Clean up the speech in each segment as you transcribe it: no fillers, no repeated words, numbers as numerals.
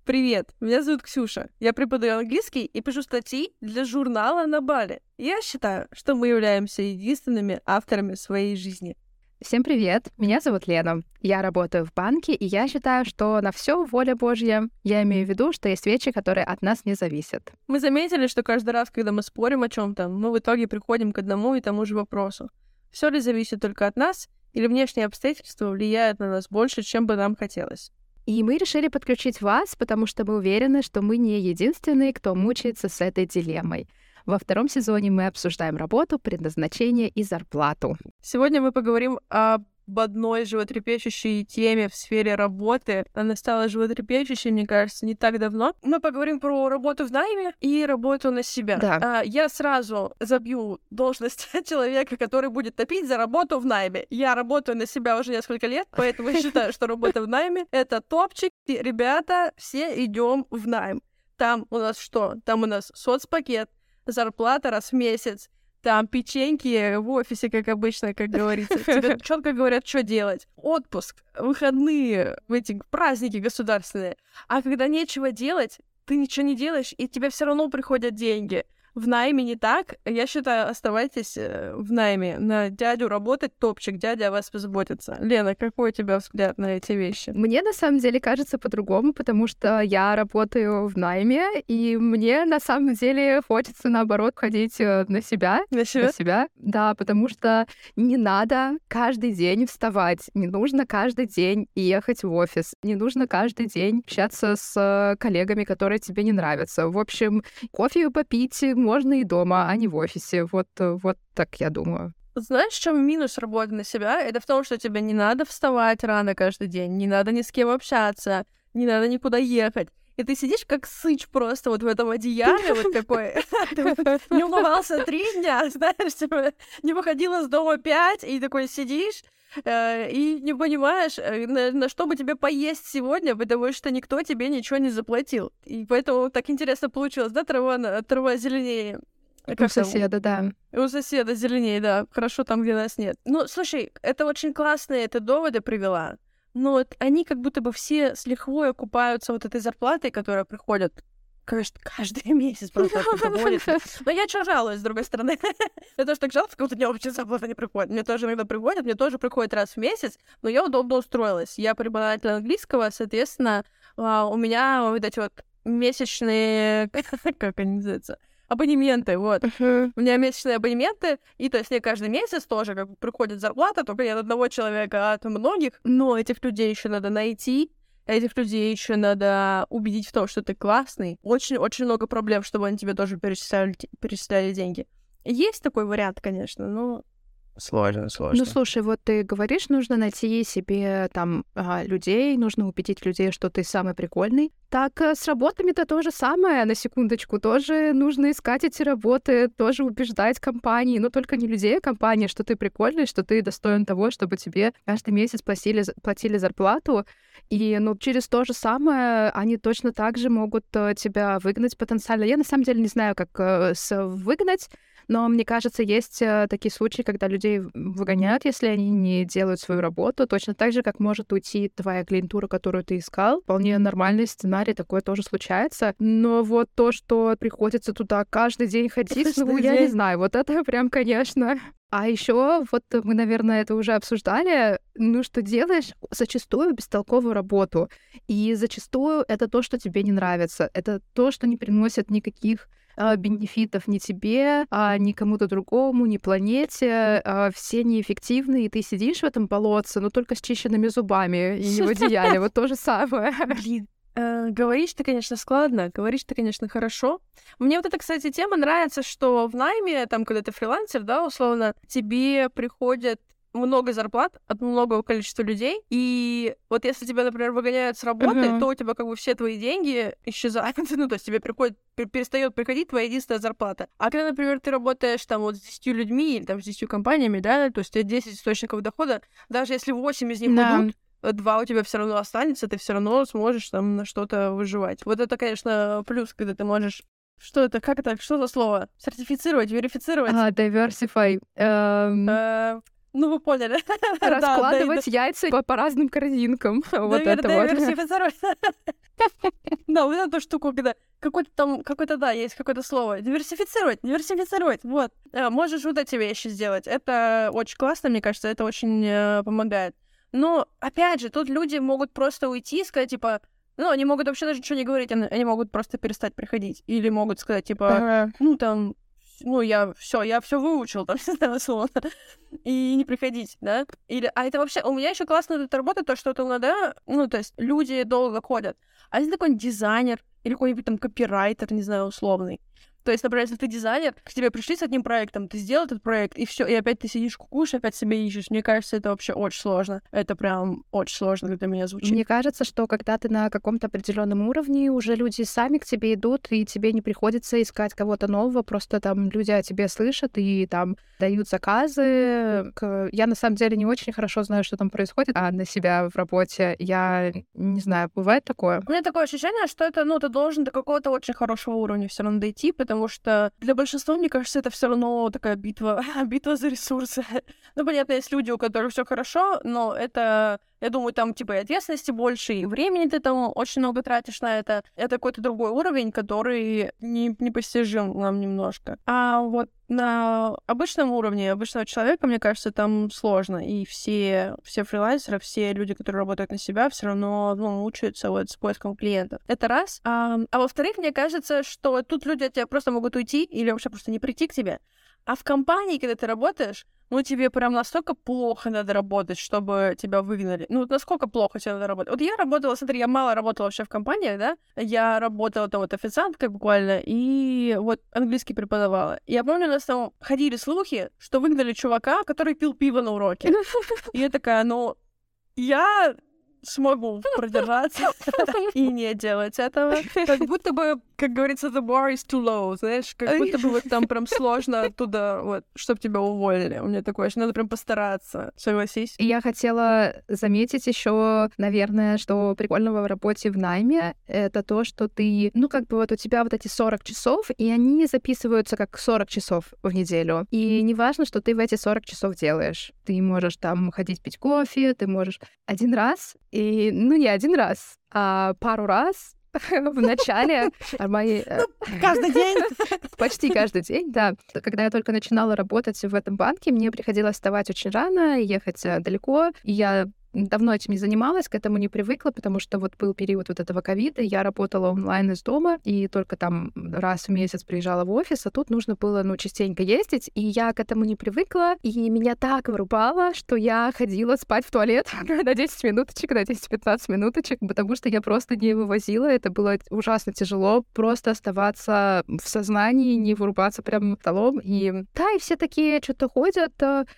Привет, меня зовут Ксюша. Я преподаю английский и пишу статьи для журнала на Бали. Я считаю, что мы являемся единственными авторами своей жизни. Всем привет, меня зовут Лена. Я работаю в банке, и я считаю, что на все воля Божья. Я имею в виду, что есть вещи, которые от нас не зависят. Мы заметили, что каждый раз, когда мы спорим о чем-то, мы в итоге приходим к одному и тому же вопросу. Все ли зависит только от нас, или внешние обстоятельства влияют на нас больше, чем бы нам хотелось? И мы решили подключить вас, потому что мы уверены, что мы не единственные, кто мучается с этой дилеммой. Во втором сезоне мы обсуждаем работу, предназначение и зарплату. Сегодня мы поговорим об одной животрепещущей теме в сфере работы. Она стала животрепещущей, мне кажется, не так давно. Мы поговорим про работу в найме и работу на себя. Да. Я сразу забью должность человека, который будет топить за работу в найме. Я работаю на себя уже несколько лет, поэтому я считаю, что работа в найме — это топчик. И, ребята, все идем в найм. Там у нас что? Там у нас соцпакет, зарплата раз в месяц, там печеньки в офисе, как обычно, как говорится. Тебе четко говорят, что делать. Отпуск, выходные, эти праздники государственные. А когда нечего делать, ты ничего не делаешь, и тебе все равно приходят деньги. В найме не так. Я считаю, оставайтесь в найме. На дядю работать топчик, дядя о вас позаботится. Лена, какой у тебя взгляд на эти вещи? Мне на самом деле кажется по-другому, потому что я работаю в найме, и мне на самом деле хочется, наоборот, ходить на себя. На себя? На себя, да, потому что не надо каждый день вставать, не нужно каждый день ехать в офис, не нужно каждый день общаться с коллегами, которые тебе не нравятся. В общем, кофе попить можно и дома, а не в офисе. Вот так я думаю. Знаешь, в чем минус работы на себя? Это в том, что тебе не надо вставать рано каждый день, не надо ни с кем общаться, не надо никуда ехать. И ты сидишь как сыч просто вот в этом одеяле, вот такой. Не умывался 3 дня, знаешь, типа, не выходила с дома 5, и такой сидишь, и не понимаешь, на что бы тебе поесть сегодня, потому что никто тебе ничего не заплатил. И поэтому так интересно получилось, да, трава зеленее. У соседа, да. У соседа зеленее, да. Хорошо там, где нас нет. Ну, слушай, это очень классные ты доводы привела, но вот они как будто бы все с лихвой окупаются вот этой зарплатой, которая приходит, конечно, каждый месяц просто приходит. Но я чё жалуюсь, с другой стороны. Я тоже так жалуюсь, как будто мне вообще зарплата не приходит. Мне тоже иногда приходит, мне тоже приходит раз в месяц, но я удобно устроилась. Я преподаватель английского, соответственно, у меня вот эти вот месячные... Как они называются? Абонементы, вот. У меня месячные абонементы, и то есть мне каждый месяц тоже как бы приходит зарплата, только не от одного человека, а от многих. Но этих людей еще надо найти, этих людей еще надо убедить в том, что ты классный. Очень много проблем, чтобы они тебе тоже перечисляли деньги. Есть такой вариант, конечно, но... Сложно. Ну, слушай, вот ты говоришь, нужно найти себе там людей, нужно убедить людей, что ты самый прикольный. Так с работами-то то же самое, на секундочку. Тоже нужно искать эти работы, тоже убеждать компании, но только не людей, а компании, что ты прикольный, что ты достоин того, чтобы тебе каждый месяц платили зарплату. И через то же самое они точно так же могут тебя выгнать потенциально. Я на самом деле не знаю, как выгнать, но мне кажется, есть такие случаи, когда людей выгоняют, если они не делают свою работу, точно так же, как может уйти твоя клиентура, которую ты искал. Вполне нормальный сценарий, такое тоже случается. Но вот то, что приходится туда каждый день ходить, я не знаю, вот это прям, конечно... А еще вот мы, наверное, это уже обсуждали, что делаешь зачастую бестолковую работу. И зачастую это то, что тебе не нравится. Это то, что не приносит никаких бенефитов ни тебе, ни кому-то другому, ни планете. Все неэффективны, и ты сидишь в этом болотце, но только с чищенными зубами и не в одеяле. Вот то же самое. Блин. Говоришь ты, конечно, складно, говоришь ты, конечно, хорошо. Мне вот эта, кстати, тема нравится, что в найме, там, когда ты фрилансер, да, условно, тебе приходит много зарплат от многого количества людей, и вот если тебя, например, выгоняют с работы, то у тебя как бы все твои деньги исчезают, ну, то есть тебе перестает приходить твоя единственная зарплата. А когда, например, ты работаешь там вот с 10 людьми или там с 10 компаниями, да, то есть у тебя 10 источников дохода, даже если 8 из них уйдут, 2 у тебя все равно останется, ты все равно сможешь там на что-то выживать. Вот это, конечно, плюс, когда ты можешь... Что это? Как это? Что за слово? Сертифицировать, верифицировать? Diversify. Ну, вы поняли. Раскладывать яйца по разным корзинкам. Вот это вот. Диверсифицировать. Да, вот эту штуку, когда какое-то, есть какое-то слово. Диверсифицировать, вот. Можешь вот эти вещи сделать. Это очень классно, мне кажется, это очень помогает. Но, опять же, тут люди могут просто уйти и сказать, типа, ну, они могут вообще даже ничего не говорить, они могут просто перестать приходить. Или могут сказать, типа, я все выучил, там, условно, и не приходить, да? А это вообще, у меня еще классно эта работа, то, что это иногда, то есть люди долго ходят. А если такой дизайнер или какой-нибудь там копирайтер, не знаю, условный. То есть, например, если ты дизайнер, к тебе пришли с одним проектом, ты сделал этот проект, и все, и опять ты сидишь, кукуешь, опять себе ищешь. Мне кажется, это вообще очень сложно. Это прям очень сложно для меня звучит. Мне кажется, что когда ты на каком-то определенном уровне, уже люди сами к тебе идут, и тебе не приходится искать кого-то нового, просто там люди о тебе слышат и там дают заказы. Я, на самом деле, не очень хорошо знаю, что там происходит, а на себя в работе я не знаю, бывает такое? У меня такое ощущение, что это, ты должен до какого-то очень хорошего уровня все равно дойти, потому что для большинства, мне кажется, это все равно такая битва за ресурсы. Понятно, есть люди, у которых все хорошо, но это, я думаю, там, типа, и ответственности больше, и времени ты там очень много тратишь на это. Это какой-то другой уровень, который непостижим нам немножко. А вот на обычном уровне обычного человека, мне кажется, там сложно. И все фрилансеры, все люди, которые работают на себя, все равно мучаются вот с поиском клиентов. Это раз. А во-вторых, мне кажется, что тут люди от тебя просто могут уйти или вообще просто не прийти к тебе. А в компании, когда ты работаешь, тебе прям настолько плохо надо работать, чтобы тебя выгнали. Насколько плохо тебе надо работать. Вот я работала, смотри, я мало работала вообще в компаниях, да? Я работала там вот официанткой буквально, и вот английский преподавала. И я помню, у нас там ходили слухи, что выгнали чувака, который пил пиво на уроке. И я такая, я смогу продержаться и не делать этого. Как будто бы, как говорится, the bar is too low, знаешь, как будто бы вот там прям сложно оттуда, вот, чтобы тебя уволили. У меня такое, что надо прям постараться, согласись. Я хотела заметить еще, наверное, что прикольного в работе в найме — это то, что ты, вот у тебя вот эти 40 часов, и они записываются как 40 часов в неделю. И не важно, что ты в эти 40 часов делаешь. Ты можешь там ходить пить кофе, ты можешь один раз, и, не один раз, а пару раз в начале моей... Каждый день? Почти каждый день, да. Когда я только начинала работать в этом банке, мне приходилось вставать очень рано, ехать далеко, и я давно этим не занималась, к этому не привыкла, потому что вот был период вот этого ковида, я работала онлайн из дома, и только там раз в месяц приезжала в офис, а тут нужно было, частенько ездить, и я к этому не привыкла, и меня так вырубало, что я ходила спать в туалет на 10 минуточек, на 10-15 минуточек, потому что я просто не вывозила, это было ужасно тяжело, просто оставаться в сознании, не вырубаться прям столом, и да, и все такие что-то ходят,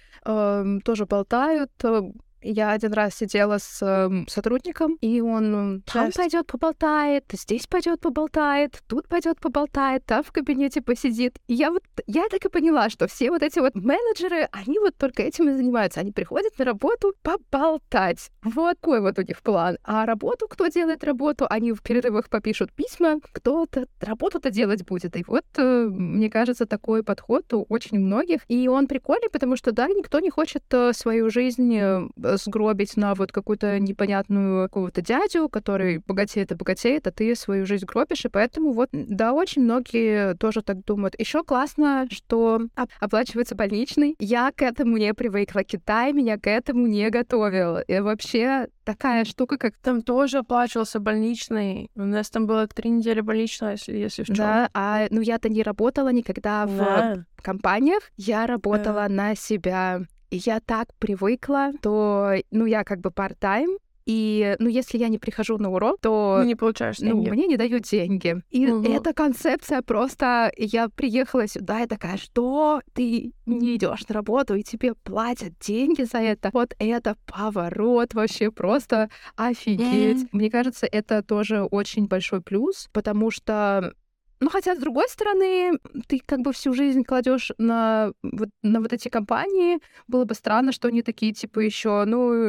тоже болтают. Я один раз сидела с сотрудником, и он там пойдет поболтает, здесь пойдет поболтает, тут пойдет поболтает, там в кабинете посидит. И я так и поняла, что все вот эти вот менеджеры, они вот только этим и занимаются. Они приходят на работу поболтать. Вот такой вот у них план. А кто делает работу, они в перерывах попишут письма, кто-то работу-то делать будет. И вот, мне кажется, такой подход у очень многих. И он прикольный, потому что, да, никто не хочет свою жизнь сгробить на вот какую-то непонятную какого-то дядю, который богатеет, а ты свою жизнь гробишь, и поэтому вот, да, очень многие тоже так думают. Еще классно, что оплачивается больничный. Я к этому не привыкла. Китай меня к этому не готовил. И вообще такая штука, как... Там тоже оплачивался больничный. У нас там было 3 недели больничного, если в чём. Да, я-то не работала никогда в компаниях. Я работала на себя. И я так привыкла, то, я как бы part-time, и, если я не прихожу на урок, то... не получаешь деньги. Мне не дают деньги. И эта концепция просто... Я приехала сюда и такая, что ты не идешь на работу, и тебе платят деньги за это? Вот это поворот вообще просто офигеть. Мне кажется, это тоже очень большой плюс, потому что... хотя, с другой стороны, ты как бы всю жизнь кладешь на вот эти компании. Было бы странно, что они такие, типа, еще,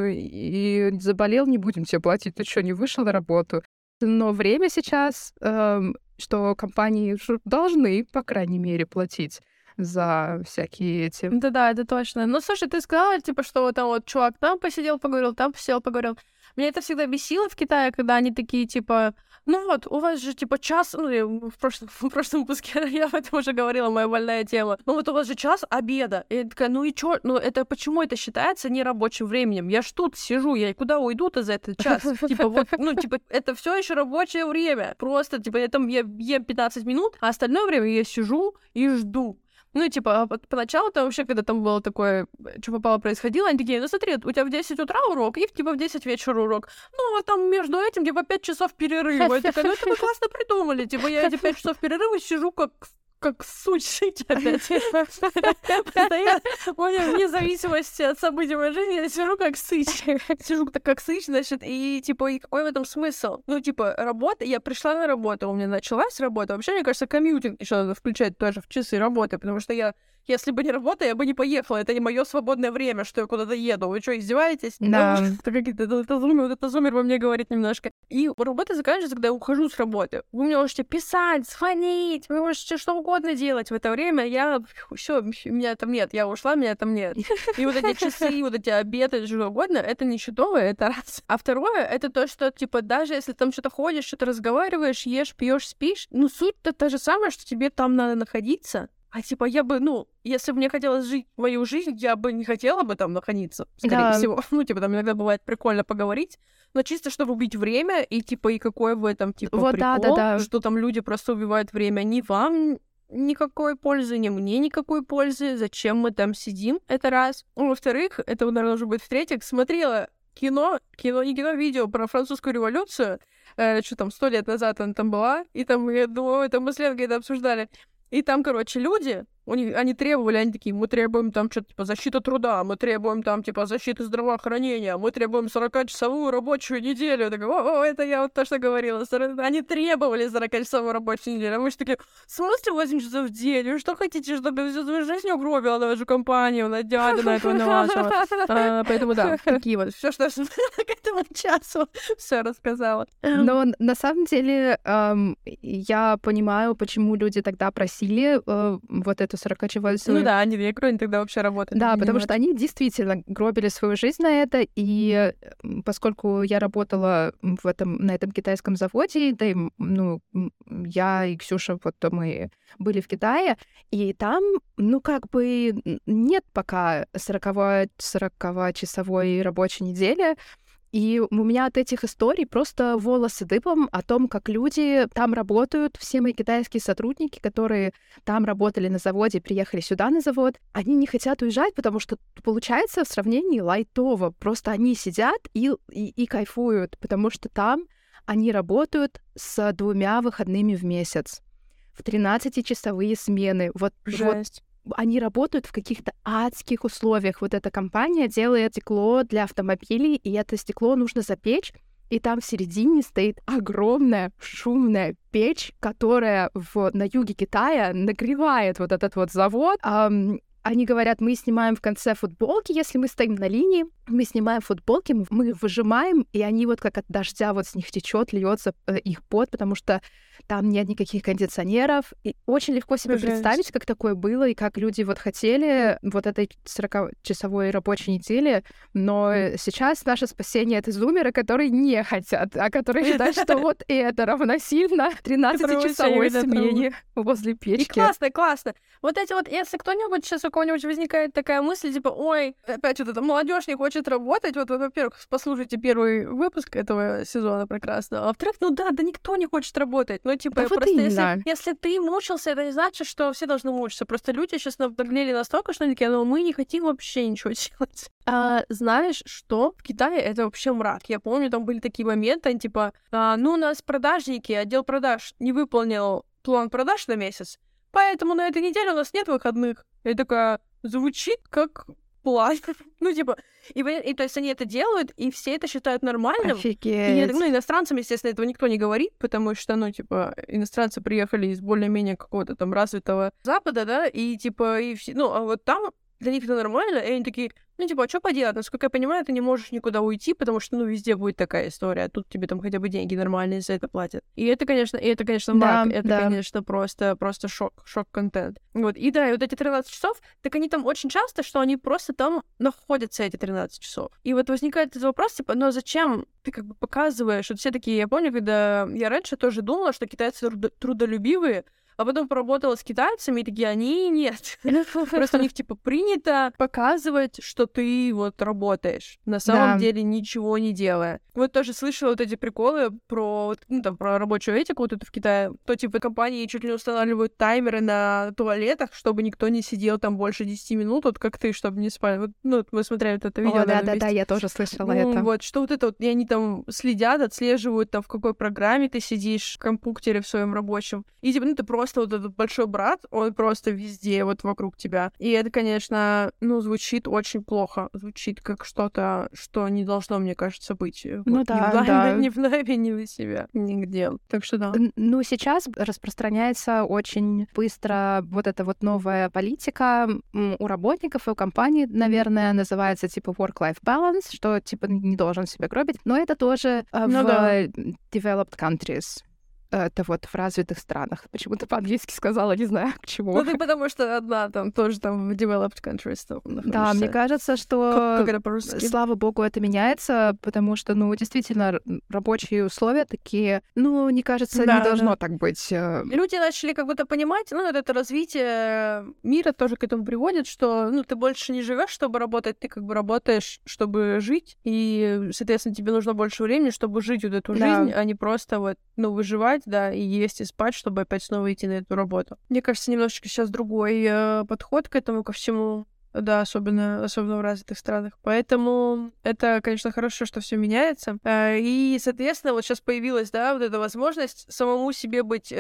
и заболел, не будем тебе платить. Ты что, не вышел на работу? Но время сейчас, что компании должны, по крайней мере, платить за всякие эти... Да, это точно. Ну, слушай, ты сказала, типа, что вот там вот чувак там посидел, поговорил, там посидел, поговорил. Меня это всегда бесило в Китае, когда они такие, типа, ну вот, у вас же, типа, час... Ну, в прошлом выпуске я об этом уже говорила, моя больная тема. Ну вот у вас же час обеда. И я такая, ну и чё? Ну это почему это считается нерабочим временем? Я ж тут сижу, я куда уйду-то за этот час? Типа, вот, ну, типа, это все еще рабочее время. Просто, типа, я ем 15 минут, а остальное время я сижу и жду. Ну, и, типа, поначалу там вообще, когда там было такое, что попало, происходило, они такие, ну, смотри, у тебя в 10 утра урок, и, типа, в 10 вечера урок. Ну, а там между этим, типа, 5 часов перерыва. Я такая, ну, это вы классно придумали. Типа, я эти 5 часов перерыва сижу как суть жить опять. Постоянно, вне зависимости от событий моей жизни, я сижу как сыч. Сижу как сыч, значит, и, типа, и какой в этом смысл? Ну, типа, работа, я пришла на работу, у меня началась работа. Вообще, мне кажется, комьютинг еще надо включать тоже в часы работы, потому что если бы не работа, я бы не поехала. Это не мое свободное время, что я куда-то еду. Вы что, издеваетесь? Да. Это зумер во мне говорит немножко. И работа заканчивается, когда я ухожу с работы. Вы мне можете писать, звонить, вы можете что угодно делать в это время. Все, меня там нет. Я ушла, меня там нет. И вот эти часы, вот эти обеды, что угодно, это не счетовое, это раз. А второе, это то, что, типа, даже если там что-то ходишь, что-то разговариваешь, ешь, пьешь, спишь, ну, суть-то та же самая, что тебе там надо находиться. А типа я бы, ну, если бы мне хотелось жить мою жизнь, я бы не хотела бы там находиться, скорее всего. Ну, типа, там иногда бывает прикольно поговорить, но чисто чтобы убить время, и типа, и какой в этом, типа, вот, прикол, да. Что там люди просто убивают время. Ни вам никакой пользы, ни мне никакой пользы. Зачем мы там сидим? Это раз. Во-вторых, это, наверное, уже будет в-третьих, смотрела видео про французскую революцию, что там, 100 лет назад она там была, и там, я думаю, это мы с Ленкой это обсуждали. И там, короче, люди, они требовали, они такие, мы требуем там что-то типа защита труда, мы требуем там типа защиты здравоохранения, мы требуем 40-часовую рабочую неделю. Я такая, это я вот то, что говорила. Они требовали 40-часовую рабочую неделю. А мы же такие, в смысле 8 часов в день? Вы что хотите, чтобы всю свою жизнь угробила на вашу компанию, на дядю, на этого, на вашего? Поэтому да, такие вот. Все, что я к этому часу все рассказала. Но на самом деле я понимаю, почему люди тогда просили вот эту 40-часовую... Ну да, они они тогда вообще работали. Да, потому что они действительно гробили свою жизнь на это, и поскольку я работала на этом китайском заводе, да, и, ну, я и Ксюша, вот мы были в Китае, и там, ну, как бы нет пока 40-часовой рабочей недели. И у меня от этих историй просто волосы дыбом о том, как люди там работают, все мои китайские сотрудники, которые там работали на заводе, приехали сюда на завод, они не хотят уезжать, потому что получается в сравнении лайтово. Просто они сидят и кайфуют, потому что там они работают с 2 выходными в месяц, в 13-часовые смены. Жесть. Они работают в каких-то адских условиях. Вот эта компания делает стекло для автомобилей, и это стекло нужно запечь, и там в середине стоит огромная шумная печь, которая на юге Китая нагревает вот этот вот завод. Они говорят, мы снимаем в конце футболки, если мы стоим на линии, мы снимаем футболки, мы выжимаем, и они вот как от дождя вот с них течет, льется их пот, потому что там нет никаких кондиционеров. И очень легко себе представить, как такое было, и как люди вот хотели вот этой 40-часовой рабочей недели, но сейчас наше спасение — это зумеры, которые не хотят, а которые считают, что вот это равносильно 13-часовой смене возле печки. Классно. Вот эти вот, если кто-нибудь сейчас у кого-нибудь возникает такая мысль, типа, ой, опять вот эта молодежь не хочет работать, вот, во-первых, послушайте первый выпуск этого сезона прекрасно, а во-вторых, ну да никто не хочет работать, ну, типа, да просто вот если ты мучился, это не значит, что все должны мучиться, просто люди сейчас нагнели настолько, что они такие, ну, мы не хотим вообще ничего делать. Знаешь, что в Китае это вообще мрак. Я помню, там были такие моменты, они, типа, ну, у нас продажники, отдел продаж не выполнил план продаж на месяц, поэтому на этой неделе у нас нет выходных. Я такая, звучит как план. Ну, типа, и то есть они это делают, и все это считают нормальным. Офигеть. И, иностранцам, естественно, этого никто не говорит, потому что, ну, типа, иностранцы приехали из более-менее какого-то там развитого Запада, да, и, типа, и все, ну, а вот там для них это нормально, и они такие, Ну, типа, а что поделать? Насколько я понимаю, ты не можешь никуда уйти, потому что, ну, везде будет такая история. А тут тебе там хотя бы деньги нормальные за это платят. И это, конечно, мрак. Да, Это, да. конечно, просто шок-контент. Вот. И да, и вот эти 13 часов, так они там очень часто, что они просто там находятся, эти 13 часов. И вот возникает этот вопрос, типа, ну, а зачем ты как бы показываешь? Вот все такие, я помню, когда я раньше тоже думала, что китайцы трудолюбивые, а потом поработала с китайцами, и такие, они нет. Просто у них, типа, принято показывать, что ты вот работаешь, на самом деле ничего не делая. Вот тоже слышала вот эти приколы про, ну, там, про рабочую этику вот это в Китае. То, типа, компании чуть ли не устанавливают таймеры на туалетах, чтобы никто не сидел там больше 10 минут, вот как ты, чтобы не спали. Вот, ну, вы смотрели вот это видео. Да, я тоже слышала это. Вот, что вот это вот, и они там следят, отслеживают, там, в какой программе ты сидишь, в компьютере в своем рабочем. И, типа, ну, ты просто вот этот большой брат, он просто везде, вот вокруг тебя. И это, конечно, ну, звучит очень плохо. Звучит как что-то, что не должно, мне кажется, быть. Ну вот. да, Ни в найме, ни у себя, нигде. Так что да. Ну, сейчас распространяется очень быстро вот эта вот новая политика у работников и у компаний, наверное, называется типа work-life balance, что типа не должен себя гробить. Но это тоже developed countries. Это вот в развитых странах. Почему-то по-английски сказала, не знаю, к чему. Ну, ты потому что одна там тоже там в developed countries там находишься. Да, мне кажется, что, как это по-русски? Слава богу, это меняется, потому что, ну, действительно, рабочие условия такие, ну, мне кажется, не должно так быть. Люди начали как будто понимать, ну, это развитие мира тоже к этому приводит, что, ну, ты больше не живешь, чтобы работать, ты как бы работаешь, чтобы жить, и, соответственно, тебе нужно больше времени, чтобы жить вот эту жизнь, а не просто вот, ну, выживать, да, и есть, и спать, чтобы опять снова идти на эту работу. Мне кажется, немножечко сейчас другой подход к этому, ко всему. Да, особенно в развитых странах. Поэтому это, конечно, хорошо, что все меняется. И, соответственно, вот сейчас появилась, да, вот эта возможность самому себе быть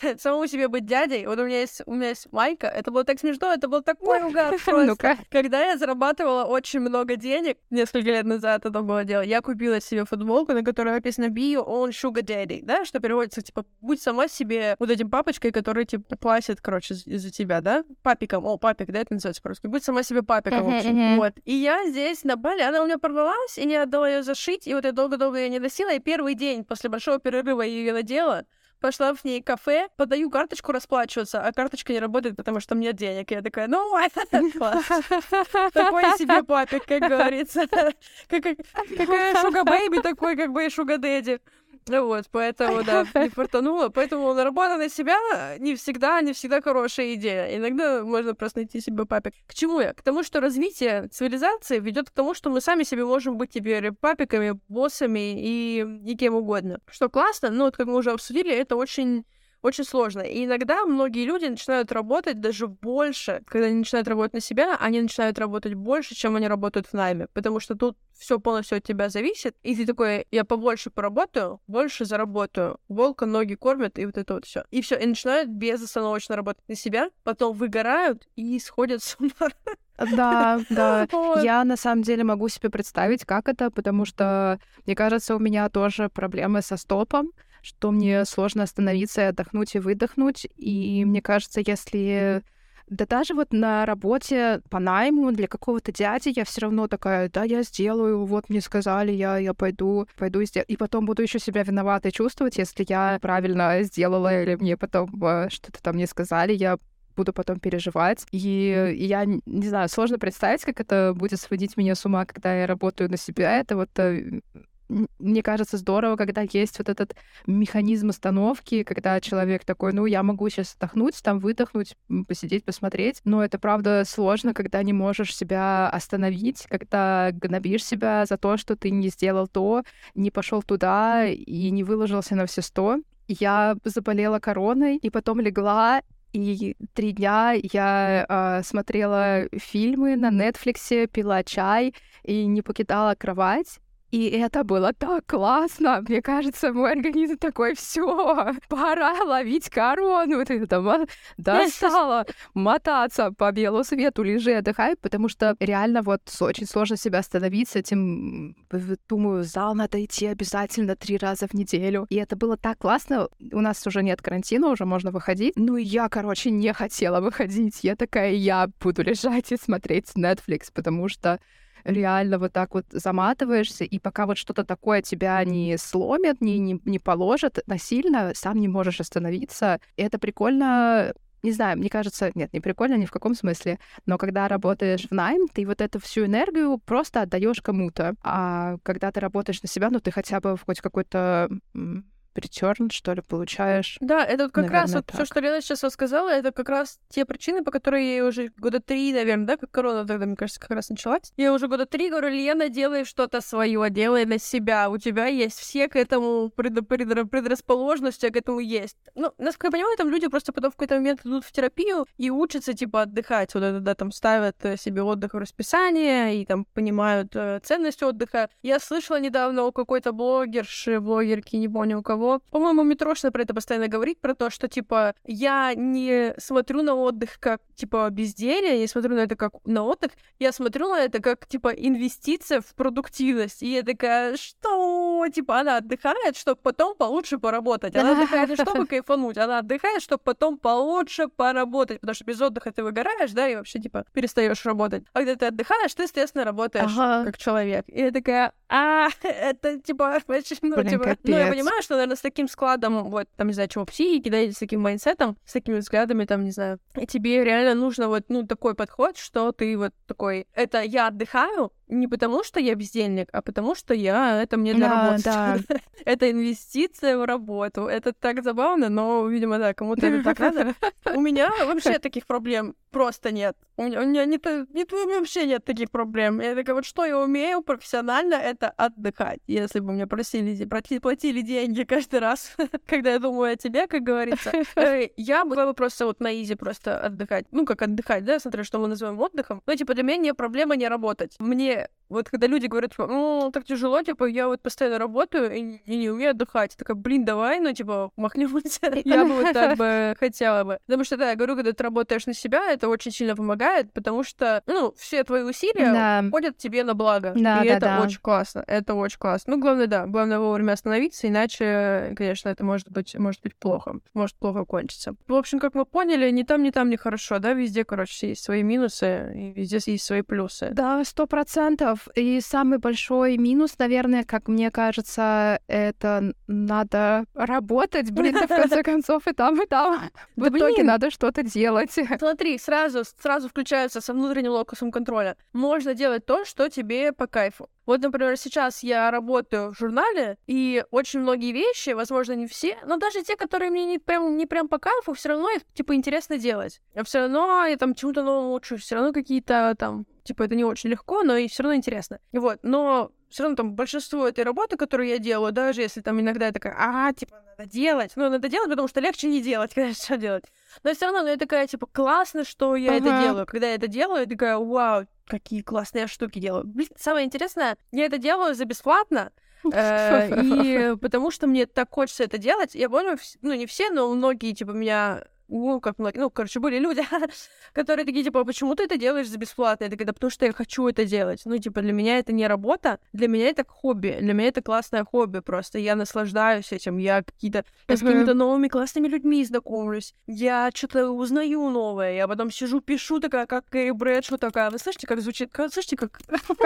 дядей. Вот у меня есть Майка. Это было так смешно, это был такой угар просто. Когда я зарабатывала очень много денег, несколько лет назад это было дело, я купила себе футболку, на которой написано «Be your own sugar daddy», да, что переводится, типа, будь сама себе вот этим папочкой, который, типа, платит, короче, за тебя, да? Папиком. Папик, да, это называется по-русски. Будь сама себе папиком, в общем. Вот. И я здесь на Бали, она у меня порвалась, и я отдала ее зашить, и вот я долго-долго ее не носила, и первый день после большого перерыва я ее надела, пошла в ней кафе, подаю карточку расплачиваться, а карточка не работает, потому что мне нет денег. И я такая, ну, класс. Такой себе папик, как говорится. Какая шуга-бэйби, такой как бы и шуга-дэдди. Вот, поэтому, да, не фартануло. Поэтому работа на себя не всегда хорошая идея. Иногда можно просто найти себе папик. К чему я? К тому, что развитие цивилизации ведет к тому, что мы сами себе можем быть теперь папиками, боссами и кем угодно. Что классно, но вот как мы уже обсудили, это очень сложно. И иногда многие люди начинают работать даже больше. Когда они начинают работать на себя, они начинают работать больше, чем они работают в найме. Потому что тут все полностью от тебя зависит. И ты такой, я побольше поработаю, больше заработаю. Волка ноги кормят, и вот это вот все. И все. И начинают безостановочно работать на себя, потом выгорают и сходят с ума. Да. Я на самом деле могу себе представить, как это, потому что, мне кажется, у меня тоже проблемы со стопом, что мне сложно остановиться и отдохнуть и выдохнуть. И мне кажется, если... Да даже вот на работе по найму для какого-то дяди я все равно такая, да, я сделаю, вот мне сказали, я пойду и сделаю. И потом буду еще себя виноватой чувствовать, если я правильно сделала, или мне потом что-то там не сказали, я буду потом переживать. И я не знаю, сложно представить, как это будет сводить меня с ума, когда я работаю на себя. Это вот... Мне кажется, здорово, когда есть вот этот механизм остановки, когда человек такой, ну, я могу сейчас отдохнуть, там выдохнуть, посидеть, посмотреть, но это, правда, сложно, когда не можешь себя остановить, когда гнобишь себя за то, что ты не сделал то, не пошел туда и не выложился на все 100. Я заболела короной, и потом легла, и 3 дня я смотрела фильмы на Netflix, пила чай и не покидала кровать. И это было так классно. Мне кажется, мой организм такой, все, пора ловить корону. Ты там достала мотаться по белу свету, лежи, отдыхай, потому что реально вот очень сложно себя остановить с этим. Думаю, в зал надо идти обязательно 3 раза в неделю. И это было так классно. У нас уже нет карантина, уже можно выходить. Ну, и я, короче, не хотела выходить. Я такая, я буду лежать и смотреть Netflix, потому что реально вот так вот заматываешься, и пока вот что-то такое тебя не сломит, не положит насильно, сам не можешь остановиться. И это прикольно. Не знаю, мне кажется, нет, не прикольно ни в каком смысле, но когда работаешь в найм, ты вот эту всю энергию просто отдаешь кому-то. А когда ты работаешь на себя, ну ты хотя бы хоть какой-то return, что ли, получаешь. Да, это вот как Наверное, раз вот так. все, что Лена сейчас рассказала, это как раз те причины, по которым я ей уже года 3, наверное, да, как корона тогда, мне кажется, как раз началась. Я уже года 3 говорю: Лена, делай что-то свое, делай на себя. У тебя есть все к этому предрасположенности, к этому есть. Ну, насколько я понимаю, там люди просто потом в какой-то момент идут в терапию и учатся, типа, отдыхать. Вот это, да, там ставят себе отдых в расписание и там понимают ценность отдыха. Я слышала недавно у какой-то блогерки, не помню у кого, по-моему, Митрошина про это постоянно говорит, про то, что, типа, я не смотрю на отдых как, типа, безделье, я не смотрю на это как на отдых, я смотрю на это как, типа, инвестиция в продуктивность. И я такая: что? Типа, она отдыхает, чтобы потом получше поработать. Она отдыхает не чтобы кайфануть, она отдыхает, чтобы потом получше поработать, потому что без отдыха ты выгораешь, да, и вообще, типа, перестаешь работать. А когда ты отдыхаешь, ты, естественно, работаешь как человек. И я такая: это, типа, ну, Блин, типа, ну, я понимаю, что, наверное, с таким складом, вот, там, не знаю, чего, психики, да, или с таким майндсетом, с такими взглядами, там, не знаю, и тебе реально нужно вот, ну, такой подход, что ты вот такой: это я отдыхаю не потому, что я бездельник, а потому, что это мне для работы. Да. Это инвестиция в работу. Это так забавно, но, видимо, да, кому-то это так надо. У меня вообще таких проблем просто нет. У меня вообще нет таких проблем. Я такая: вот что я умею профессионально, это отдыхать. Если бы мне платили деньги каждый раз, когда я думаю о тебе, как говорится, я была бы просто вот на изи просто отдыхать. Ну, как отдыхать, да, смотря что мы называем отдыхом. Но, типа, для меня не проблема не работать. Мне вот когда люди говорят, типа: ну, так тяжело, типа, я вот постоянно работаю и не умею отдыхать. Я такая: блин, давай, ну, типа, махнемся. Я бы вот так бы хотела бы. Потому что, да, я говорю, когда ты работаешь на себя, это очень сильно помогает, потому что, ну, все твои усилия ходят тебе на благо. И это очень классно. Это очень классно. Ну, главное вовремя остановиться, иначе, конечно, это может быть плохо. Может плохо кончиться. В общем, как мы поняли, ни там, нехорошо, да, везде, короче, есть свои минусы, и везде есть свои плюсы. Да, 100%. И самый большой минус, наверное, как мне кажется, это надо работать, блин, в конце концов, и там, и там. В итоге надо что-то делать. Смотри, сразу включаются со внутренним локусом контроля. Можно делать то, что тебе по кайфу. Вот, например, сейчас я работаю в журнале, и очень многие вещи, возможно, не все, но даже те, которые мне не прям по кайфу, все равно их, типа, интересно делать. Все равно я там чему-то новому учусь, все равно какие-то там, типа, это не очень легко, но и все равно интересно. Вот, но все равно там большинство этой работы, которую я делаю, даже если там иногда я такая: типа, надо делать, потому что легче не делать, конечно, что делать. Но все равно, я такая, типа, классно, что я это делаю. Когда я это делаю, я такая: вау, какие классные штуки делаю. Блин, самое интересное, я это делаю за бесплатно, и потому что мне так хочется это делать. Я помню, ну, не все, но многие, типа, меня... были люди, которые такие, типа: почему ты это делаешь за бесплатно? Я такая: да потому что я хочу это делать. Ну, типа, для меня это не работа, для меня это хобби, для меня это классное хобби просто. Я наслаждаюсь этим, я с какими-то новыми классными людьми знакомлюсь, я что-то узнаю новое, я потом сижу, пишу такая, как Кэрри Брэдшоу такая. Вы слышите, как звучит? Слышите, как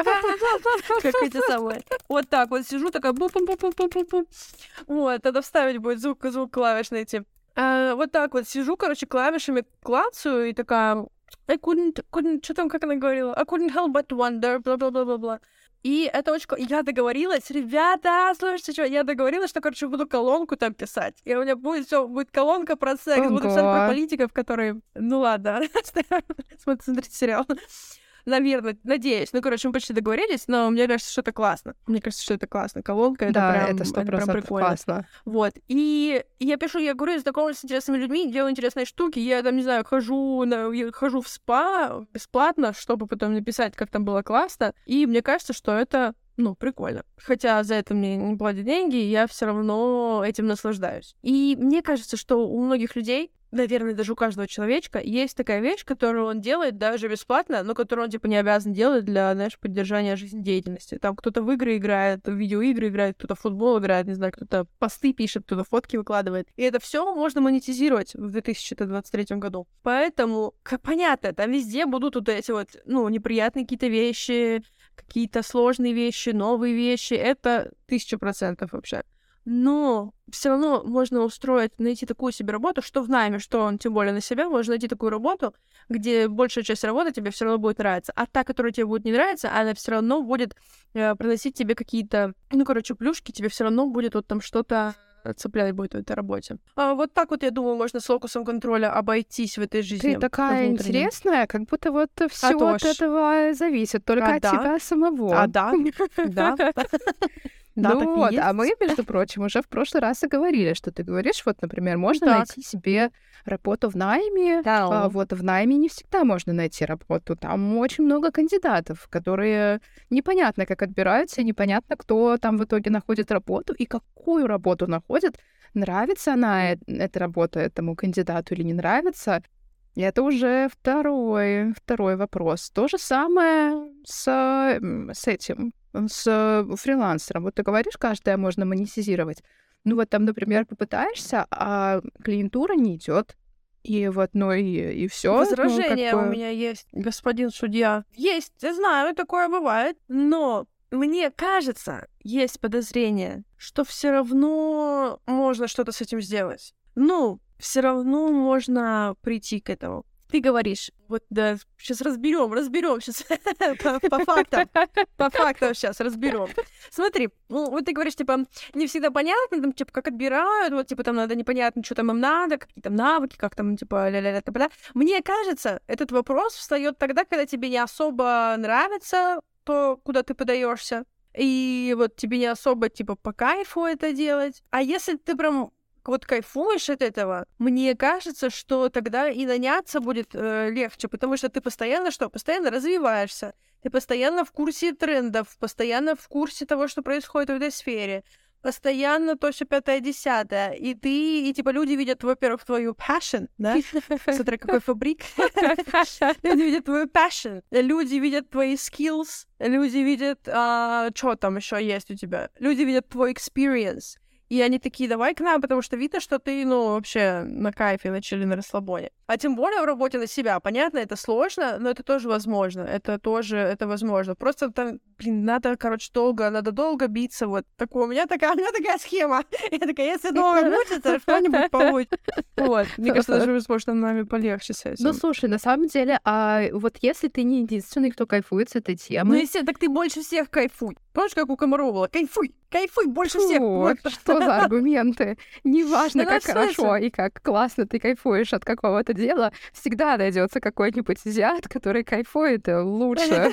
эти самые? Вот так вот сижу, такая бу-бу-бу-бу-бу-бу. Вот, надо вставить будет звук клавиш найти. Вот так вот сижу, короче, клавишами клацаю и такая: I couldn't, что там, как она говорила? I couldn't help but wonder, бла-бла-бла-бла-бла. И это очень... Я договорилась, ребята, слушайте, что, я договорилась, что, короче, буду колонку там писать. И у меня будет колонка про секс, буду писать про политиков, которые... Ну ладно, смотрите сериал. Наверное, надеюсь. Ну, короче, мы почти договорились, но мне кажется, что это классно. Колонка, это прям прикольно. Классно. Вот. И я пишу, я говорю, я знакомлюсь с интересными людьми, делаю интересные штуки. Я там, не знаю, хожу в спа бесплатно, чтобы потом написать, как там было классно. И мне кажется, что это, ну, прикольно. Хотя за это мне не платят деньги, я все равно этим наслаждаюсь. И мне кажется, что у многих людей, наверное, даже у каждого человечка, есть такая вещь, которую он делает даже бесплатно, но которую он, типа, не обязан делать для, знаешь, поддержания жизнедеятельности. Там кто-то в игры играет, в видеоигры играет, кто-то в футбол играет, не знаю, кто-то посты пишет, кто-то фотки выкладывает. И это все можно монетизировать в 2023 году. Поэтому, как понятно, там везде будут вот эти вот, ну, неприятные какие-то вещи, какие-то сложные вещи, новые вещи, это 1000% вообще. Но все равно можно найти такую себе работу, что в найме, что тем более на себя, можно найти такую работу, где большая часть работы тебе все равно будет нравиться. А та, которая тебе будет не нравиться, она все равно будет приносить тебе какие-то, плюшки, тебе все равно будет вот там что-то цеплять будет в этой работе. Вот так вот, я думаю, можно с локусом контроля обойтись в этой жизни. Ты такая интересная, как будто вот все от этого зависит, только от тебя самого. Да. Да, ну вот, а мы, между прочим, уже в прошлый раз и говорили, что ты говоришь, вот, например, можно найти себе работу в найме. Вот в найме не всегда можно найти работу. Там очень много кандидатов, которые непонятно как отбираются, непонятно, кто там в итоге находит работу и какую работу находит. Нравится она, эта работа, этому кандидату или не нравится. И это уже второй вопрос. То же самое с этим, с фрилансером. Вот ты говоришь, каждое можно монетизировать. Ну вот там, например, попытаешься, а клиентура не идет. И вот, и все. Возражение у меня есть, господин судья. Есть, я знаю, такое бывает. Но мне кажется, есть подозрение, что все равно можно что-то с этим сделать. Все равно можно прийти к этому. Ты говоришь, вот да, сейчас разберем, сейчас по фактам сейчас разберем. Смотри, вот ты говоришь, типа, не всегда понятно, там, типа, как отбирают, вот, типа, там надо непонятно, что там им надо, какие там навыки, как там, типа, ля-ля-ля-ля-ля. Мне кажется, этот вопрос встает тогда, когда тебе не особо нравится то, куда ты подаешься, и вот тебе не особо, типа, по кайфу это делать. А если ты прям вот кайфуешь от этого, мне кажется, что тогда и наняться будет легче, потому что ты постоянно развиваешься, ты постоянно в курсе трендов, постоянно в курсе того, что происходит в этой сфере, постоянно то, все 5-10, и типа люди видят, во-первых, твою passion, да? Смотри, какой фабрик. Люди видят твою passion, люди видят твои skills, люди видят, что там еще есть у тебя, люди видят твой experience. И они такие, давай к нам, потому что видно, что ты, вообще на кайфе, на чили, на расслабоне. А тем более в работе на себя. Понятно, это сложно, но это тоже возможно. Это возможно. Просто там, надо долго биться. Вот такое. У меня такая схема. Я такая, если долго мучиться, что-нибудь получится. Вот. Мне кажется, даже с нами полегче с этим. Ну, слушай, на самом деле, вот если ты не единственный, кто кайфует с этой темой... если так ты больше всех кайфуй. Помнишь, как у Комарова было? Кайфуй больше всех. Вот, что за аргументы? Неважно, как хорошо и как классно ты кайфуешь от какого-то дела, всегда найдется какой-нибудь азиат, который кайфует лучше.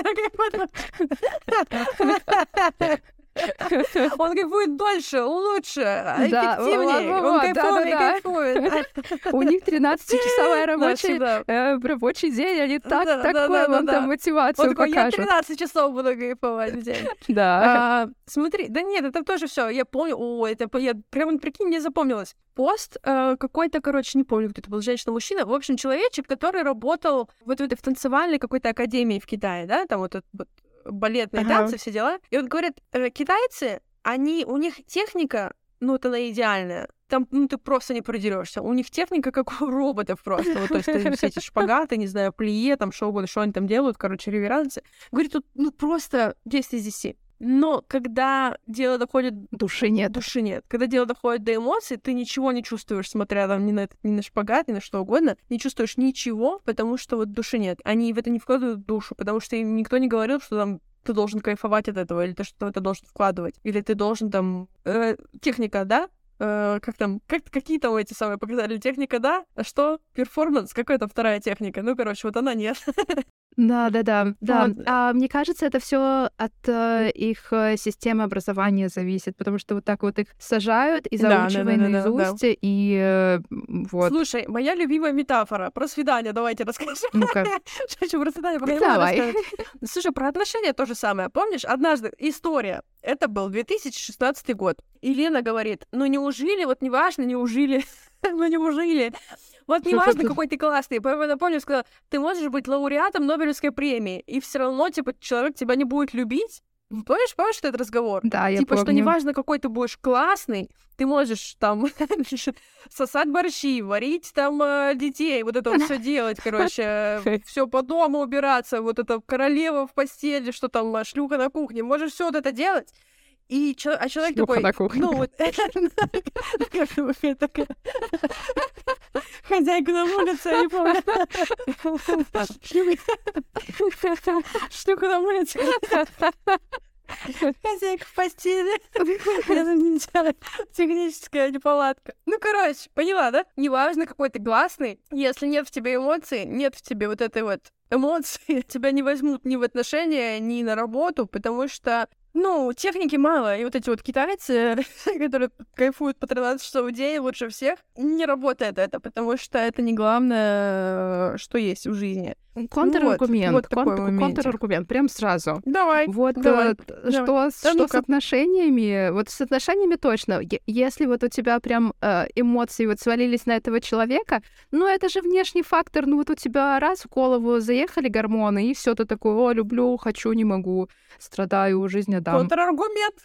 Он кайфует дольше, лучше, эффективнее. Он кайфует. У них 13-часовая рабочий день, они такую вам там мотивацию покажут. Я 13 часов буду кайфовать в день. Да. Смотри, да нет, это тоже все. Я помню, я прям, прикинь, мне запомнилось. Пост какой-то, не помню, кто это был, женщина-мужчина. В общем, человечек, который работал вот в танцевальной какой-то академии в Китае, да, там вот балетные танцы, все дела. И он говорит, китайцы, у них техника, она идеальная. Там, ты просто не продерешься. У них техника, как у роботов просто. Вот, то есть все эти шпагаты, не знаю, плие, там, что угодно, что они там делают, реверансы. Говорит, тут, просто 10 из 10. Но когда дело доходит... Души нет. Когда дело доходит до эмоций, ты ничего не чувствуешь, смотря там ни на шпагат, ни на что угодно. Не чувствуешь ничего, потому что вот души нет. Они в это не вкладывают душу, потому что им никто не говорил, что там ты должен кайфовать от этого, или ты что-то в это должен вкладывать. Или ты должен там... техника, да? Какие там эти самые показатели? Техника, да? А что? Перформанс? Какая там вторая техника? Вот она нет. Да. Мне кажется, это все от их системы образования зависит, потому что вот так вот их сажают и заучивают наизусть, и вот. Слушай, моя любимая метафора про свидание, давайте расскажем. Ну-ка. Хочу про свидание Давай. Слушай, про отношения то же самое. Помнишь, однажды история, это был 2016 год, и Лена говорит, неужели, неужели... Вот неважно, какой ты классный. Я напомню, сказала, ты можешь быть лауреатом Нобелевской премии, и все равно, человек тебя не будет любить. Помнишь этот разговор? Да, я типа, помню. что неважно, какой ты будешь классный, ты можешь там сосать борщи, варить там детей, вот это вот все делать, короче, все по дому убираться, вот это королева в постели, что там шлюха на кухне, можешь все вот это делать. А человек Шлюха такой, на кухне. ну вот, хозяйка на улице, я не помню. Шлюха на улице. Хозяйка в постели. Техническая неполадка. Ну, короче, поняла, да? Неважно, какой ты классный, если нет в тебе эмоций, нет в тебе вот этой вот эмоции, тебя не возьмут ни в отношения, ни на работу, потому что техники мало, и вот эти вот китайцы, которые кайфуют по 13 часов в день лучше всех, не работает это, потому что это не главное, что есть в жизни. Контраргумент, контраргумент, прям сразу. Давай. Что с отношениями? Вот с отношениями точно. Если вот у тебя прям эмоции вот свалились на этого человека, это же внешний фактор, вот у тебя раз в голову заехали гормоны, и все ты такой, о, люблю, хочу, не могу, страдаю, жизнь отдам. Контраргумент.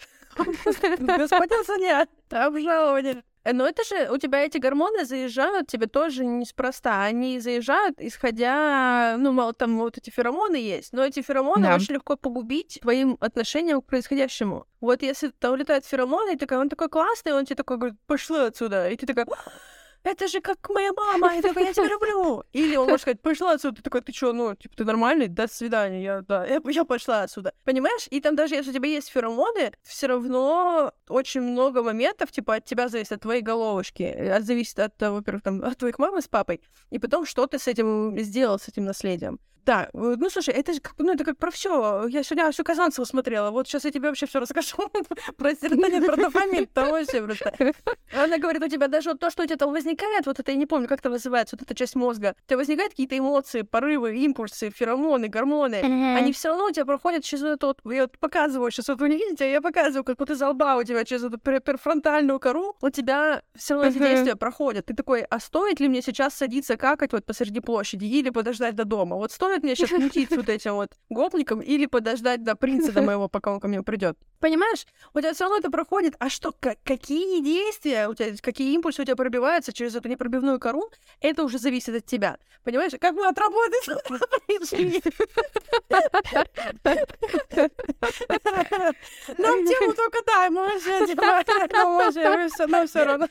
Господин судья, обжалование. Но это же у тебя эти гормоны заезжают тебе тоже неспроста. Они заезжают, исходя... мало там вот эти феромоны есть, но эти феромоны очень легко погубить твоим отношением к происходящему. Вот если там улетают феромоны, и он такой классный, он тебе такой говорит, пошла отсюда. И ты такая... Это же как моя мама, я такой, я тебя люблю. Или он может сказать, пошла отсюда. Ты такой, ты чё, ты нормальный? До свидания, я пошла отсюда. Понимаешь? И там даже если у тебя есть феромоны, все равно очень много моментов, от тебя зависит, от твоей головушки. Зависит от, во-первых, от твоих мамы с папой. И потом, что ты с этим сделал, с этим наследием. Да, слушай, это же это как про все. Я сегодня всю Казанцеву смотрела. Вот сейчас я тебе вообще все расскажу. Про серотонин, про дофамин, там вообще просто. Она говорит, у тебя даже то, что у тебя там возникает, вот это я не помню, как это называется, вот эта часть мозга. У тебя возникают какие-то эмоции, порывы, импульсы, феромоны, гормоны. Они все равно у тебя проходят через это я показываю сейчас, вы не видите, я показываю, как вот из лба у тебя через эту перфронтальную кору, у тебя все равно эти действия проходят. Ты такой, а стоит ли мне сейчас садиться какать вот посреди площади или подождать до дома? Вот стоит мне сейчас мутить вот этим вот гопником или подождать до принца до моего, пока он ко мне придет. Понимаешь? У тебя все равно это проходит. А что, какие действия у тебя, какие импульсы у тебя пробиваются через эту непробивную кору, это уже зависит от тебя. Понимаешь? Как мы отработать? Нам тему только дай, мы вообще нам все равно.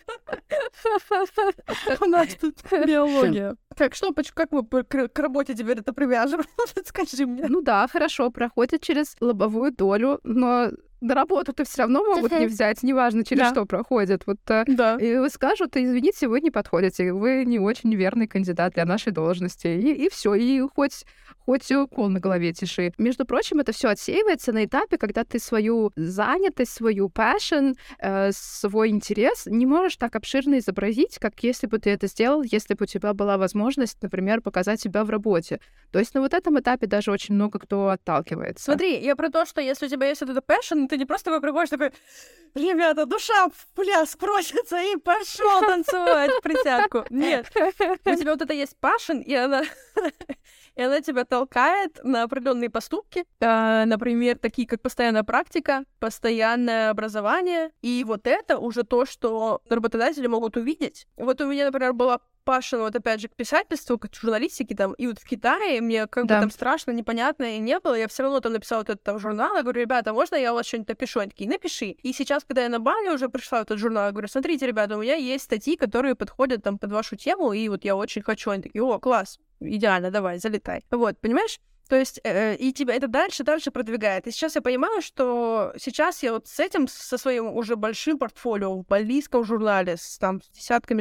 У нас тут биология. Так, как мы к работе теперь это привяжем? Скажи мне. Да, хорошо, проходит через лобовую долю, но на работу-то все равно могут не взять, неважно, через что проходят. И скажут, извините, вы не подходите, вы не очень верный кандидат для нашей должности. И все, и хоть укол на голове тиши. Между прочим, это все отсеивается на этапе, когда ты свою занятость, свою passion, свой интерес не можешь так обширно изобразить, как если бы ты это сделал, если бы у тебя была возможность, например, показать себя в работе. То есть на вот этом этапе даже очень много кто отталкивается. Смотри, я про то, что если у тебя есть вот это passion, ты не просто приходишь такой, ребята, душа в пляс просится и пошел танцевать в присядку. Нет, у тебя вот это есть passion, и она тебя толкает на определенные поступки, например, такие как постоянная практика, постоянное образование, и вот это уже то, что работодатели могут увидеть. Вот у меня, например, была passion, вот опять же, к писательству, к журналистике там, и вот в Китае мне как бы там страшно, непонятно и не было, я все равно там написала вот этот там журнал, я говорю, ребята, можно я у вас что-нибудь напишу? Они такие, напиши. И сейчас, когда я на Бали уже пришла в этот журнал, я говорю, смотрите, ребята, у меня есть статьи, которые подходят там под вашу тему, и вот я очень хочу. Они такие, о, класс, идеально, давай, залетай. Вот, понимаешь? То есть, и тебя это дальше продвигает. И сейчас я понимаю, что сейчас я вот с этим, со своим уже большим портфолио в балийском журнале, с десятком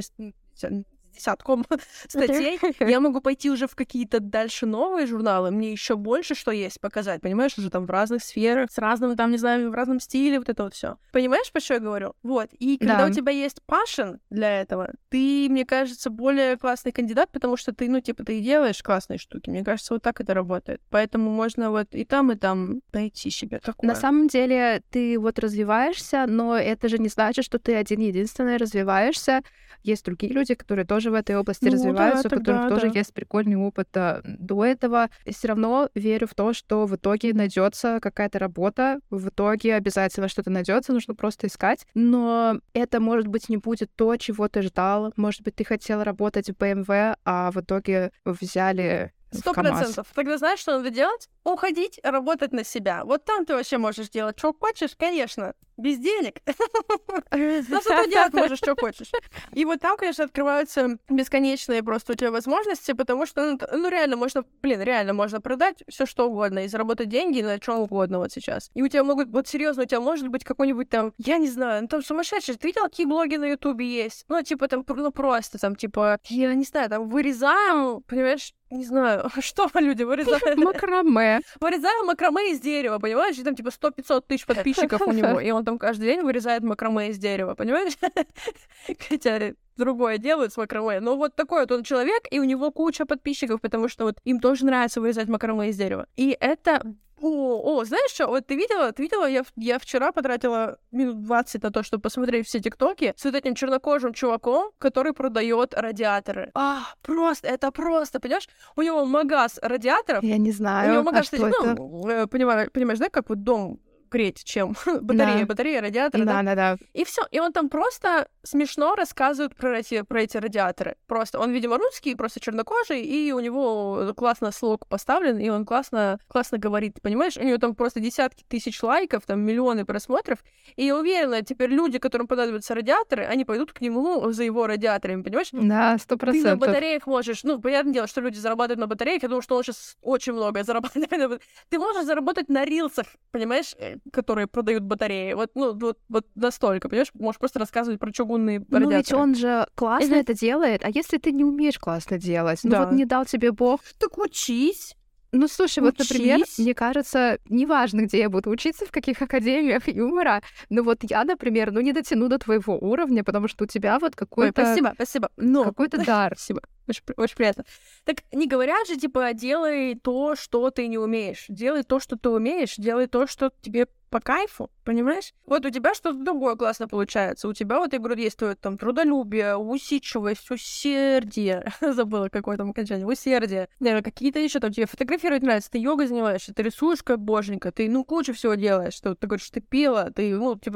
статей, я могу пойти уже в какие-то дальше новые журналы, мне еще больше что есть показать, понимаешь, уже там в разных сферах, с разным, там, не знаю, в разном стиле, вот это вот все. Понимаешь, про что я говорю? Вот. И когда у тебя есть passion для этого, ты, мне кажется, более классный кандидат, потому что ты, ты и делаешь классные штуки. Мне кажется, вот так это работает. Поэтому можно вот и там найти себе такое. На самом деле, ты вот развиваешься, но это же не значит, что ты один-единственный развиваешься. есть другие люди, которые тоже в этой области Ну развиваются, да, у которых тогда тоже да. есть прикольный опыт до этого. Все равно верю в то, что в итоге найдется какая-то работа, в итоге обязательно что-то найдется, нужно просто искать. Но это, может быть, не будет то, чего ты ждал. Может быть, ты хотел работать в BMW, а в итоге взяли в КамАЗ. 100%. Тогда знаешь, что надо делать? Уходить, работать на себя. Вот там ты вообще можешь делать, что хочешь, конечно, без денег. Но зато делать можешь, что хочешь. И вот там, конечно, открываются бесконечные просто у тебя возможности, потому что, ну реально можно продать все что угодно и заработать деньги на чем угодно вот сейчас. И у тебя могут, вот серьезно, у тебя может быть какой-нибудь там, я не знаю, ну там сумасшедший. Ты видел, какие блоги на Ютубе есть? Ну, типа там, ну просто там, типа, я не знаю, там вырезаем, понимаешь, не знаю, что люди вырезают. Макраме. Вырезаем макраме из дерева, понимаешь? И там типа 100-500 тысяч подписчиков у него, и он там каждый день вырезает макраме из дерева, понимаешь? Хотя другое делают с макраме. Но вот такой вот он человек, и у него куча подписчиков, потому что вот им тоже нравится вырезать макраме из дерева. И это... знаешь что? Вот ты видела, я вчера потратила минут 20 на то, чтобы посмотреть все тиктоки с вот этим чернокожим чуваком, который продает радиаторы. Это просто, понимаешь? У него магаз радиаторов. Я не У него знаю, магаз, а что это? понимаешь, да, как вот дом греть, чем Да. батарея, радиаторы, да? Да. И все. И он там просто смешно рассказывает про эти радиаторы. Просто он, видимо, русский, просто чернокожий, и у него классно слог поставлен, и он классно говорит, понимаешь? У него там просто десятки тысяч лайков, там миллионы просмотров. И я уверена, теперь люди, которым понадобятся радиаторы, они пойдут к нему за его радиаторами, понимаешь? Да, 100%. Ты на батареях можешь... Ну, понятное дело, что люди зарабатывают на батареях. Я думаю, что он сейчас очень много зарабатывает. Ты можешь заработать на рилсах, понимаешь, которые продают батареи. Вот настолько, понимаешь? Можешь просто рассказывать про чугунные радиаторы. Ну ведь он же классно это делает, а если ты не умеешь классно делать? Ну Да. вот не дал тебе Бог. Так учись. Ну, слушай, вот, например, Учись. мне кажется, неважно, где я буду учиться, в каких академиях юмора, но вот я, например, не дотяну до твоего уровня, потому что у тебя вот какой-то... Ой, спасибо. Но... Какой-то дар. Спасибо. Очень приятно. Так не говорят же, типа, делай то, что ты не умеешь. Делай то, что ты умеешь. Делай то, что тебе по кайфу, понимаешь? Вот у тебя что-то другое классно получается. У тебя, вот, я говорю, есть твое там трудолюбие, усидчивость, усердие. Забыла, какое там окончание. Усердие. Какие-то еще там тебе фотографировать нравится. Ты йогой занимаешься, ты рисуешь как боженька, ты, кучу всего делаешь. Ты говоришь, ты пела, ты,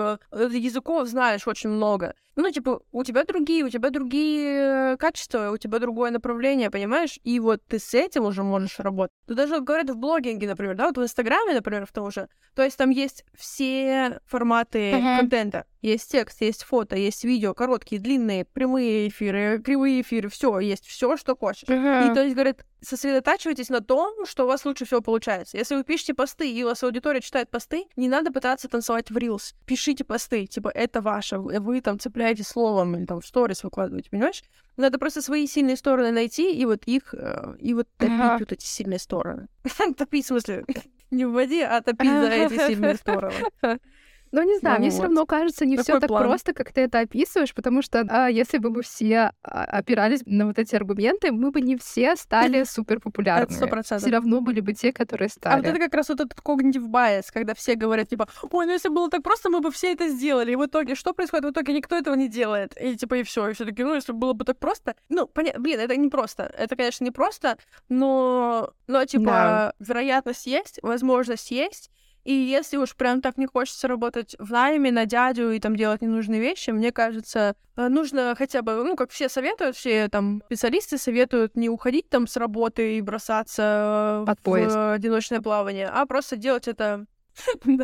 языков знаешь очень много. У тебя другие качества, у тебя другое направление, понимаешь? И вот ты с этим уже можешь работать. Тут даже говорят в блогинге, например, да, вот в Инстаграме, например, в том же. То есть там есть все форматы контента. Есть текст, есть фото, есть видео, короткие, длинные, прямые эфиры, кривые эфиры, все есть, все, что хочешь. И то есть, говорят, сосредотачивайтесь на том, что у вас лучше всего получается. Если вы пишете посты, и у вас аудитория читает посты, не надо пытаться танцевать в Reels. Пишите посты, типа, это ваше, вы там цепляете словом или там в сторис выкладываете, понимаешь? Надо просто свои сильные стороны найти, и вот их, и вот топить вот эти сильные стороны. Топить, в смысле, не в воде, а топить за эти сильные стороны. Ну, не знаю, Ну мне вот. все равно кажется, не все Такой так план. просто, как ты это описываешь, потому что если бы мы все опирались на вот эти аргументы, мы бы не все стали супер популярными. 100%. Все равно были бы те, которые А вот стали. это как раз вот этот cognitive bias, когда все говорят, типа, ой, ну если было так просто, мы бы все это сделали. И в итоге, что происходит? В итоге никто этого не делает. И типа, и все таки, если было бы так просто... это не просто. Это, конечно, не просто, но Да. вероятность есть, возможность есть. И если уж прям так не хочется работать в найме на дядю и там делать ненужные вещи, мне кажется, нужно хотя бы, как все советуют, все там специалисты советуют не уходить там с работы и бросаться Под поезд. в одиночное плавание, а просто делать это... Да.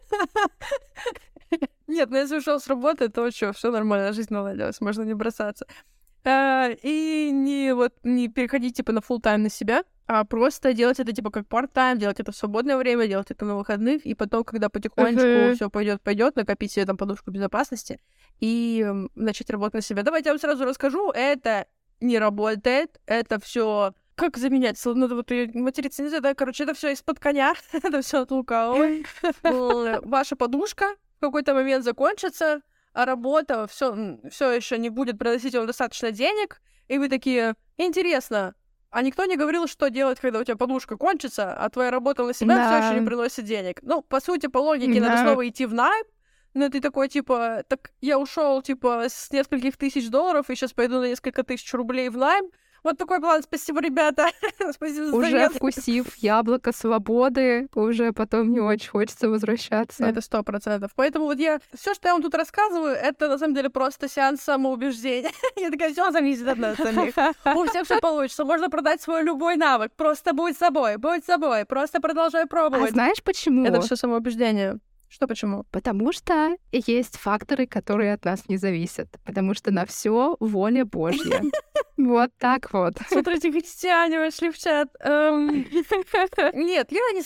Нет, если ушел с работы, то что, все нормально, жизнь наладилась, можно не бросаться. И не переходить, типа, на full-time на себя, а просто делать это, типа, как part-time, делать это в свободное время, делать это на выходных, и потом, когда потихонечку все пойдет, накопить себе там подушку безопасности и начать работать на себя. Давайте я вам сразу расскажу, это не работает, это все как заменять? Материться нельзя, да? Короче, это все из-под коня, это все от лукавого. Ваша подушка в какой-то момент закончится, а работа все еще не будет приносить вам достаточно денег, и вы такие, интересно, а никто не говорил, что делать, когда у тебя подушка кончится, а твоя работа на себя все еще не приносит денег. По сути, по логике, надо снова идти в найм, но ты такой, типа, так я ушел типа, с нескольких тысяч долларов, и сейчас пойду на несколько тысяч рублей в найм. Вот такой план. Спасибо, ребята. Спасибо за Уже совет. вкусив яблоко свободы, уже потом не очень хочется возвращаться. Это 100%. Поэтому вот все, что я вам тут рассказываю, это на самом деле просто сеанс самоубеждения. Я такая, все зависит от нас самих. У всех все получится. Можно продать свой любой навык. Просто будь собой, просто продолжай А пробовать. знаешь почему? Это все самоубеждение. Что почему? Потому что есть факторы, которые от нас не зависят. Потому что на все воля Божья. Вот так вот. Смотрите, христиане вошли в чат. Нет, я не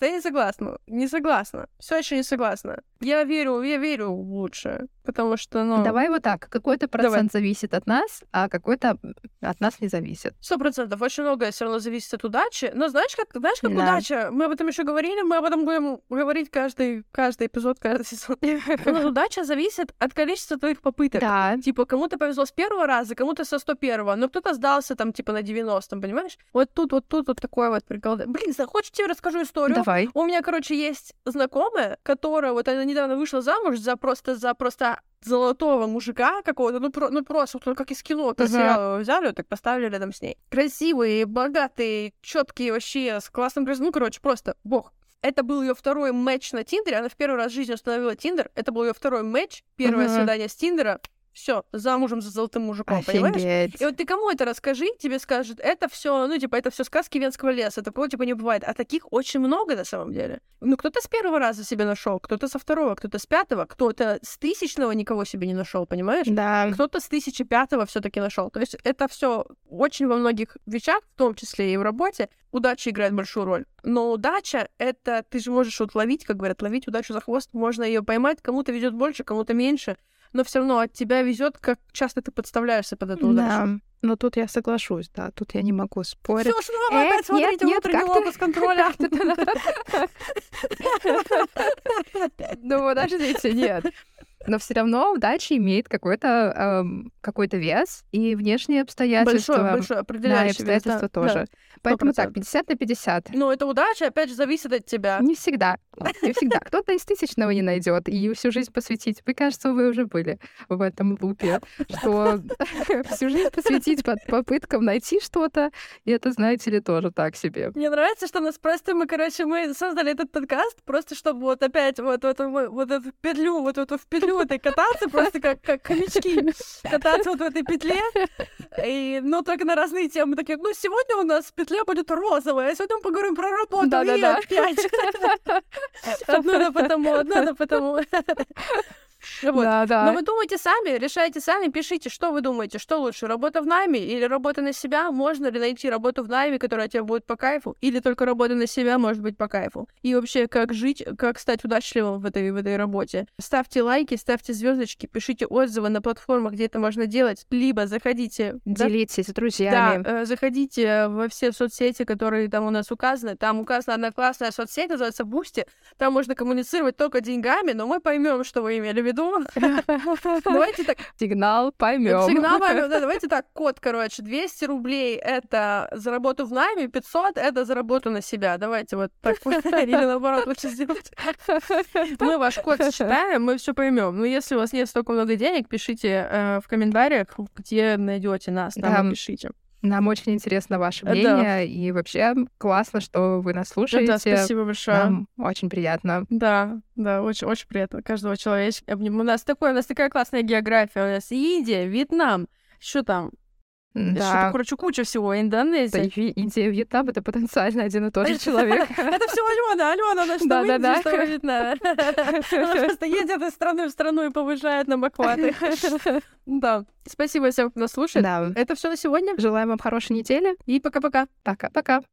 согласна. Все еще не согласна. Я верю в лучшее. Потому что, Давай вот так. Какой-то процент зависит от нас, а какой-то от нас не зависит. 100%. Очень многое все равно зависит от удачи. Но знаешь, как удача? Мы об этом еще говорили, мы об этом будем говорить каждый эпизод, каждый сезон. Но удача зависит от количества твоих попыток. Да. Типа, кому-то повезло с первого раза, кому-то со 101-го, но кто-то сдался там, типа, на 90-м, понимаешь? Вот тут такой вот прикол. Блин, хочешь, тебе расскажу историю? Давай. У меня, короче, есть знакомая, которая вот она недавно вышла замуж за просто золотого мужика какого-то, ну просто вот как из кино, сериал его взяли, вот так поставили рядом с ней. Красивый, богатый, четкий вообще, с классным ну, короче, просто бог. Это был ее второй матч на Тиндере, она в первый раз в жизни установила Тиндер, это был ее второй матч, первое свидание с Тиндера. Все, замужем за золотым мужиком, понимаешь? И вот ты кому это расскажи, тебе скажут, это все, ну, типа, это все сказки Венского леса, такого, типа, не бывает. А таких очень много на самом деле. Ну, кто-то с первого раза себе нашел, кто-то со второго, кто-то с пятого, кто-то с 1000-го никого себе не нашел, понимаешь? Да. Кто-то с 1005-го все-таки нашел. То есть это все очень во многих вещах, в том числе и в работе, удача играет большую роль. Но удача — это ты же можешь вот ловить, как говорят, ловить удачу за хвост, можно ее поймать, кому-то везет больше, кому-то меньше. Но все равно от тебя везет, как часто ты подставляешься под эту удачу. Да, но тут я соглашусь, да, тут я не могу спорить. Всё, что вы опять смотрите внутренний локус контроля. Ну, подождите, нет. Но все равно удача имеет какой-то вес, и внешние обстоятельства. Большой определяющий вес. Да, и обстоятельства тоже. Поэтому 50 на 50. Ну, эта удача, опять же, зависит от тебя. Не всегда. Не всегда. Кто-то из 1000-го не найдет и всю жизнь посвятить. Мне кажется, вы уже были в этом лупе, что всю жизнь посвятить попыткам найти что-то, и это, знаете ли, тоже так себе. Мне нравится, что нас просто мы создали этот подкаст просто, чтобы вот опять вот эту петлю, вот эту в петлю этой кататься, просто как хомячки, кататься вот в этой петле, но только на разные темы. Такие, ну, сегодня у нас петля будет розовая, а сегодня мы поговорим про работу, и опять. Одно потому. Вот. Да. Но вы думайте сами, решайте сами, пишите, что вы думаете, что лучше, работа в найме или работа на себя? Можно ли найти работу в найме, которая тебе будет по кайфу, или только работа на себя может быть по кайфу? И вообще, как жить, как стать удачливым в этой работе? Ставьте лайки, ставьте звездочки, пишите отзывы на платформах, где это можно делать, либо заходите... Делитесь с друзьями. Да, заходите во все соцсети, которые там у нас указаны. Там указана одна классная соцсеть, называется Boosty. Там можно коммуницировать только деньгами, но мы поймем, что вы имели в виду. Давайте так. Сигнал поймем. Да, давайте так, код, 200 рублей — это за работу в найме, 500 — это за работу на себя. Давайте вот так. Или наоборот лучше сделать. Мы ваш код считаем, мы все поймем. Но если у вас нет столько много денег, пишите в комментариях, где найдете нас, там пишите. Нам очень интересно ваше мнение, и вообще классно, что вы нас слушаете. Да, спасибо большое. Нам очень приятно. Да, очень приятно. Каждого человечка. У нас такая классная география. У нас Индия, Вьетнам, что там? Да. Куча всего. Индонезия. Индия, Вьетнам — это потенциально один и тот же человек. Это все Алена, она что в Индии, что в Вьетнаме. Она просто едет из страны в страну и повышает нам охваты. Да. Спасибо всем, кто нас слушает. Да. Это все на сегодня. Желаем вам хорошей недели. И пока-пока. Пока-пока.